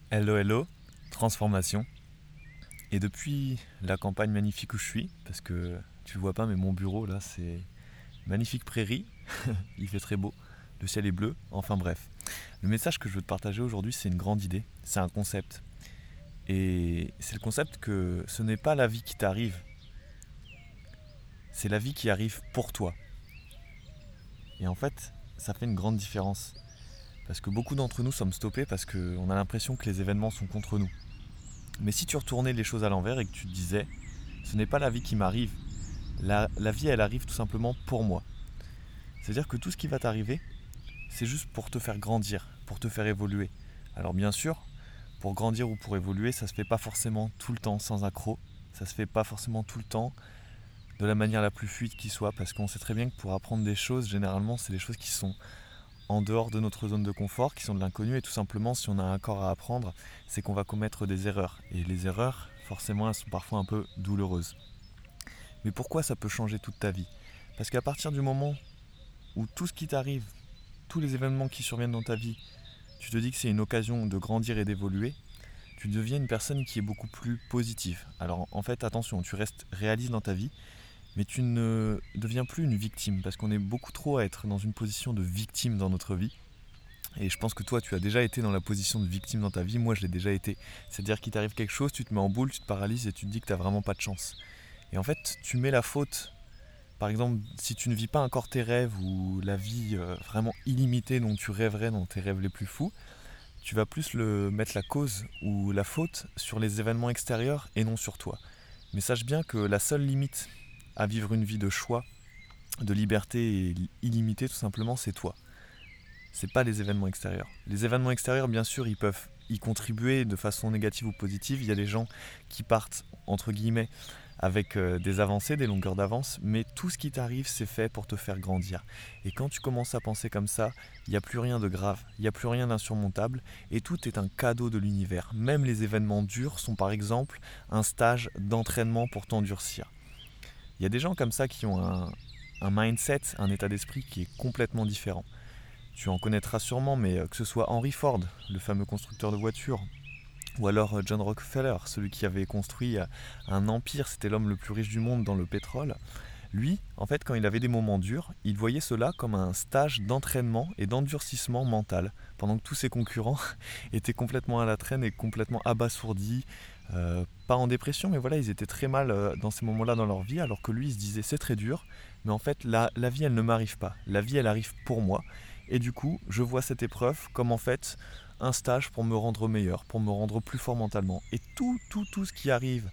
Hello, hello, transformation. Et depuis la campagne magnifique où je suis, parce que tu le vois pas, mais mon bureau là, c'est magnifique prairie, il fait très beau, le ciel est bleu, enfin bref. Le message que je veux te partager aujourd'hui, c'est une grande idée, c'est un concept. Et c'est le concept que ce n'est pas la vie qui t'arrive, c'est la vie qui arrive pour toi. Et en fait, ça fait une grande différence. Parce que beaucoup d'entre nous sommes stoppés parce qu'on a l'impression que les événements sont contre nous. Mais si tu retournais les choses à l'envers et que tu te disais, ce n'est pas la vie qui m'arrive, la vie elle arrive tout simplement pour moi. C'est-à-dire que tout ce qui va t'arriver, c'est juste pour te faire grandir, pour te faire évoluer. Alors bien sûr, pour grandir ou pour évoluer, ça se fait pas forcément tout le temps sans accroc, ça se fait pas forcément tout le temps de la manière la plus fluide qui soit, parce qu'on sait très bien que pour apprendre des choses, généralement c'est des choses qui sont en dehors de notre zone de confort, qui sont de l'inconnu, et tout simplement si on a un corps à apprendre, c'est qu'on va commettre des erreurs. Et les erreurs, forcément, elles sont parfois un peu douloureuses. Mais pourquoi ça peut changer toute ta vie? Parce qu'à partir du moment où tout ce qui t'arrive, tous les événements qui surviennent dans ta vie, tu te dis que c'est une occasion de grandir et d'évoluer, tu deviens une personne qui est beaucoup plus positive. Alors en fait, attention, tu restes réaliste dans ta vie, mais tu ne deviens plus une victime, parce qu'on est beaucoup trop à être dans une position de victime dans notre vie. Et je pense que toi, tu as déjà été dans la position de victime dans ta vie, moi je l'ai déjà été. C'est-à-dire qu'il t'arrive quelque chose, tu te mets en boule, tu te paralyses et tu te dis que tu n'as vraiment pas de chance. Et en fait, tu mets la faute. Par exemple, si tu ne vis pas encore tes rêves ou la vie vraiment illimitée dont tu rêverais dans tes rêves les plus fous, tu vas plus mettre la cause ou la faute sur les événements extérieurs et non sur toi. Mais sache bien que la seule limite à vivre une vie de choix, de liberté et illimitée tout simplement, c'est toi. C'est pas les événements extérieurs. Les événements extérieurs, bien sûr, ils peuvent y contribuer de façon négative ou positive. Il y a des gens qui partent, entre guillemets, avec des avancées, des longueurs d'avance, mais tout ce qui t'arrive, c'est fait pour te faire grandir. Et quand tu commences à penser comme ça, il n'y a plus rien de grave, il n'y a plus rien d'insurmontable, et tout est un cadeau de l'univers. Même les événements durs sont par exemple un stage d'entraînement pour t'endurcir. Il y a des gens comme ça qui ont un mindset, un état d'esprit qui est complètement différent. Tu en connaîtras sûrement, mais que ce soit Henry Ford, le fameux constructeur de voitures, ou alors John Rockefeller, celui qui avait construit un empire, c'était l'homme le plus riche du monde dans le pétrole. Lui, en fait, quand il avait des moments durs, il voyait cela comme un stage d'entraînement et d'endurcissement mental, pendant que tous ses concurrents étaient complètement à la traîne et complètement abasourdis, pas en dépression, mais voilà, ils étaient très mal dans ces moments-là dans leur vie, alors que lui, il se disait c'est très dur, mais en fait, la vie, elle ne m'arrive pas. La vie, elle arrive pour moi. Et du coup, je vois cette épreuve comme en fait un stage pour me rendre meilleur, pour me rendre plus fort mentalement. Et tout ce qui arrive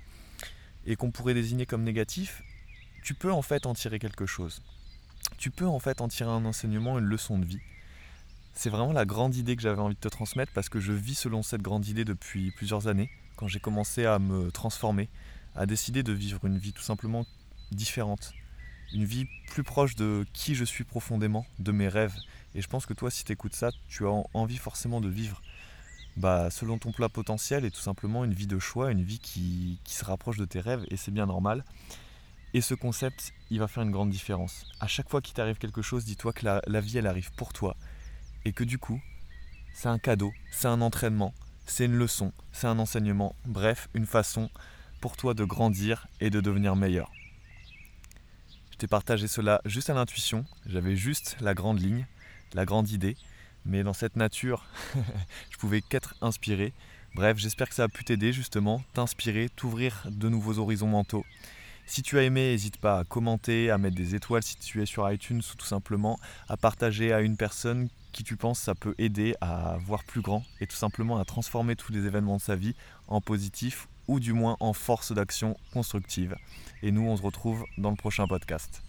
et qu'on pourrait désigner comme négatif, tu peux en fait en tirer quelque chose. Tu peux en fait en tirer un enseignement, une leçon de vie. C'est vraiment la grande idée que j'avais envie de te transmettre parce que je vis selon cette grande idée depuis plusieurs années, quand j'ai commencé à me transformer, à décider de vivre une vie tout simplement différente, une vie plus proche de qui je suis profondément, de mes rêves. Et je pense que toi, si tu écoutes ça, tu as envie forcément de vivre selon ton plat potentiel et tout simplement une vie de choix, une vie qui se rapproche de tes rêves, et c'est bien normal. Et ce concept, il va faire une grande différence. À chaque fois qu'il t'arrive quelque chose, dis-toi que la vie, elle arrive pour toi. Et que du coup, c'est un cadeau, c'est un entraînement, c'est une leçon, c'est un enseignement, bref, une façon pour toi de grandir et de devenir meilleur. Je t'ai partagé cela juste à l'intuition, j'avais juste la grande ligne, la grande idée, mais dans cette nature, je pouvais qu'être inspiré. Bref, j'espère que ça a pu t'aider justement, t'inspirer, t'ouvrir de nouveaux horizons mentaux. Si tu as aimé, n'hésite pas à commenter, à mettre des étoiles si tu es sur iTunes ou tout simplement à partager à une personne qui tu penses ça peut aider à voir plus grand et tout simplement à transformer tous les événements de sa vie en positif ou du moins en force d'action constructive. Et nous, on se retrouve dans le prochain podcast.